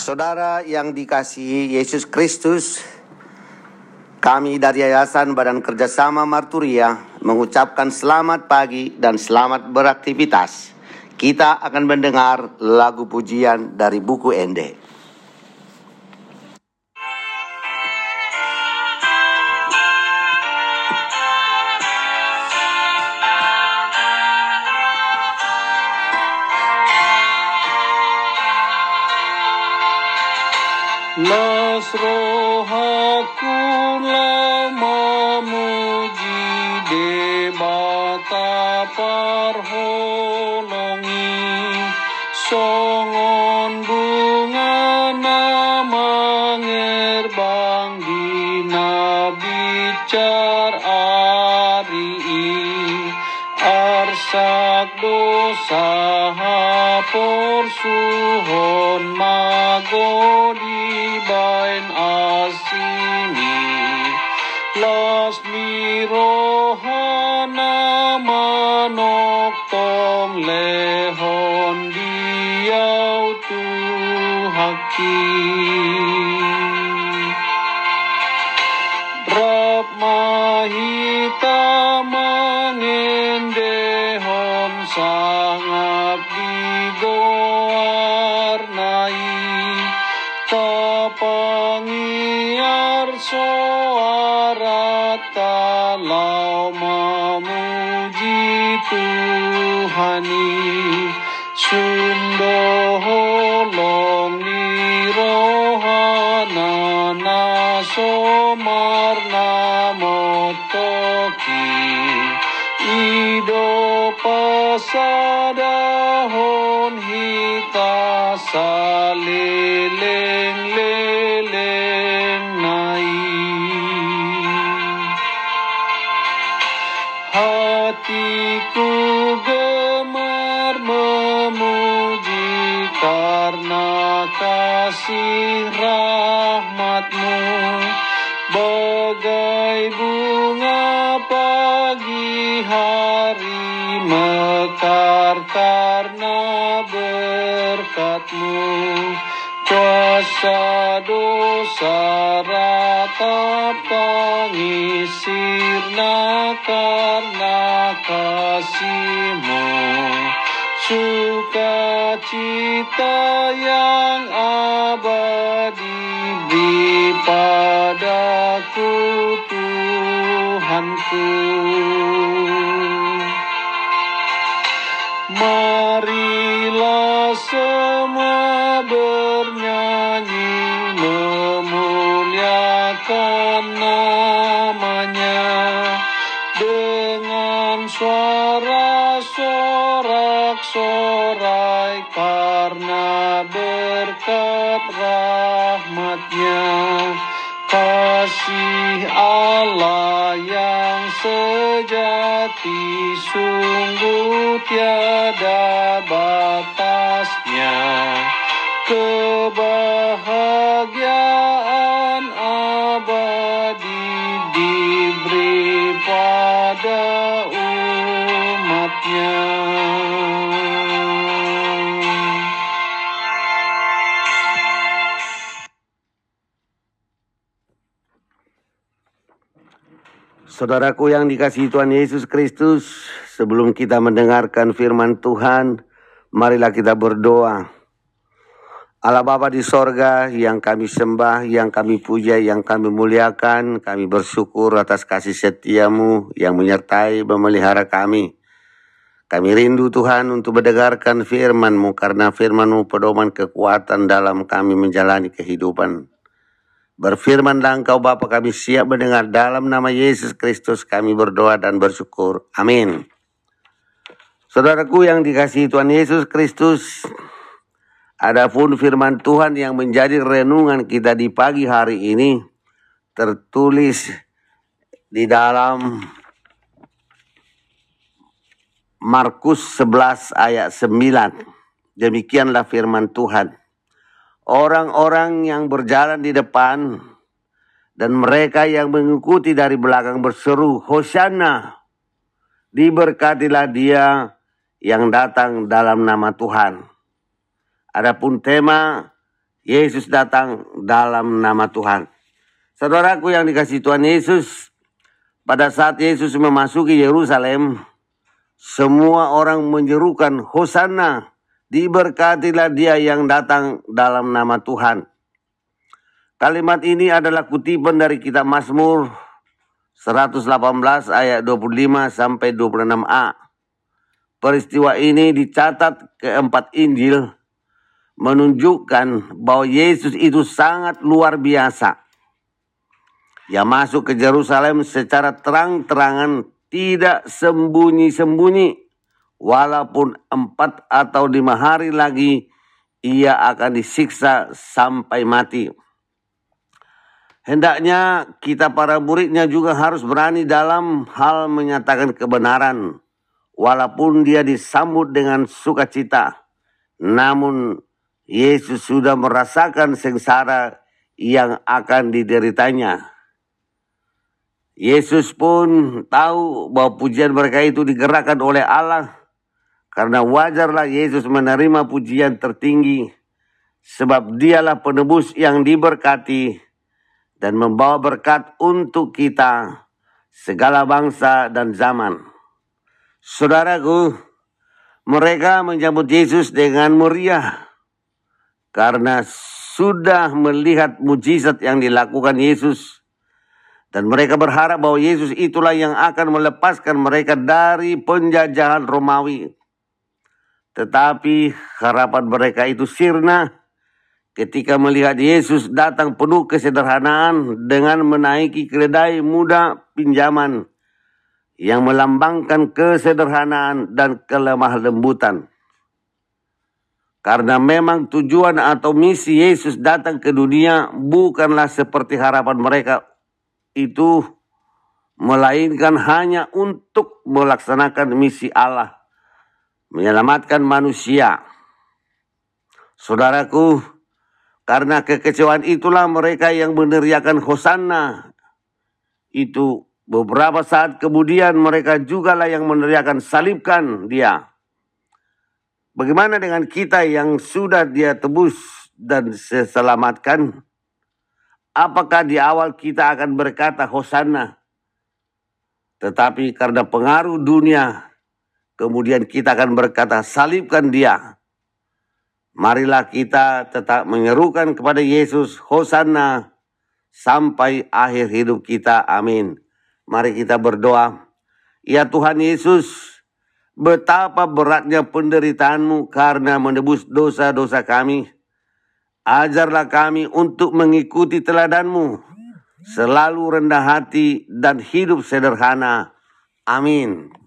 Saudara yang dikasihi Yesus Kristus, kami dari Yayasan Badan Kerjasama Marturia mengucapkan selamat pagi dan selamat beraktivitas. Kita akan mendengar lagu pujian dari buku Ende. Las rohaku lama muji debata parholongi songon bunga nama ngerbang dina bicar ari arsak dosa hapor suhon magodi bain asini las mirohana manok tong lehon diau tuhaki rap mahita mangendehon sangap digoarnai tapangiar soarat kalau memuji Tuhani sundo holong ni rohana nasomarna motoki ido pasadahon hita saleleng hatiku gemar memuji karena kasih rahmat-Mu bagai bunga pagi hari mekar karena berkat-Mu kuasa dosa ratap pangisirna karena kasih-Mu sukacita yang abadi beri padaku Tuhanku. Marilah semua bernyanyi memuliakan nama-Nya dengan suara sorak-sorai karena berkat rahmat-Nya kasih Allah yang sejati sungguh tiada batasnya kebahagiaan abadi diberi pada umat-Nya. Saudaraku yang dikasihi Tuhan Yesus Kristus, sebelum kita mendengarkan firman Tuhan, marilah kita berdoa. Allah Bapa di sorga yang kami sembah, yang kami puja, yang kami muliakan, kami bersyukur atas kasih setia-Mu yang menyertai memelihara kami. Kami rindu Tuhan untuk mendengarkan firman-Mu karena firman-Mu pedoman kekuatan dalam kami menjalani kehidupan. Berfirmanlah Engkau Bapa, kami siap mendengar. Dalam nama Yesus Kristus kami berdoa dan bersyukur. Amin. Saudaraku yang dikasihi Tuhan Yesus Kristus, adapun firman Tuhan yang menjadi renungan kita di pagi hari ini tertulis di dalam Markus 11 ayat 9. Demikianlah firman Tuhan. Orang-orang yang berjalan di depan dan mereka yang mengikuti dari belakang berseru, Hosana, diberkatilah Dia yang datang dalam nama Tuhan. Adapun tema Yesus datang dalam nama Tuhan. Saudaraku yang dikasihi Tuhan Yesus, pada saat Yesus memasuki Yerusalem, semua orang menyerukan Hosana, diberkatilah dia yang datang dalam nama Tuhan. Kalimat ini adalah kutipan dari kitab Mazmur 118 ayat 25 sampai 26a. Peristiwa ini dicatat keempat Injil, menunjukkan bahwa Yesus itu sangat luar biasa. Ia masuk ke Yerusalem secara terang-terangan, tidak sembunyi-sembunyi. Walaupun 4 atau 5 hari lagi ia akan disiksa sampai mati. Hendaknya kita para muridnya juga harus berani dalam hal menyatakan kebenaran. Walaupun dia disambut dengan sukacita, namun Yesus sudah merasakan sengsara yang akan dideritanya. Yesus pun tahu bahwa pujian mereka itu digerakkan oleh Allah, karena wajarlah Yesus menerima pujian tertinggi, sebab dialah penebus yang diberkati dan membawa berkat untuk kita, segala bangsa dan zaman. Saudaraku, mereka menyambut Yesus dengan meriah karena sudah melihat mujizat yang dilakukan Yesus. Dan mereka berharap bahwa Yesus itulah yang akan melepaskan mereka dari penjajahan Romawi. Tetapi harapan mereka itu sirna ketika melihat Yesus datang penuh kesederhanaan dengan menaiki keledai muda pinjaman yang melambangkan kesederhanaan dan kelemah lembutan. Karena memang tujuan atau misi Yesus datang ke dunia bukanlah seperti harapan mereka itu, melainkan hanya untuk melaksanakan misi Allah, menyelamatkan manusia. Saudaraku, karena kekecewaan itulah mereka yang meneriakan Hosana. Itu beberapa saat kemudian mereka jugalah yang meneriakan salibkan dia. Bagaimana dengan kita yang sudah dia tebus dan selamatkan? Apakah di awal kita akan berkata Hosana? Tetapi karena pengaruh dunia, kemudian kita akan berkata salibkan dia. Marilah kita tetap menyerukan kepada Yesus Hosana sampai akhir hidup kita. Amin. Mari kita berdoa. Ya Tuhan Yesus, betapa beratnya penderitaanmu karena menebus dosa-dosa kami. Ajarlah kami untuk mengikuti teladanmu, selalu rendah hati dan hidup sederhana. Amin.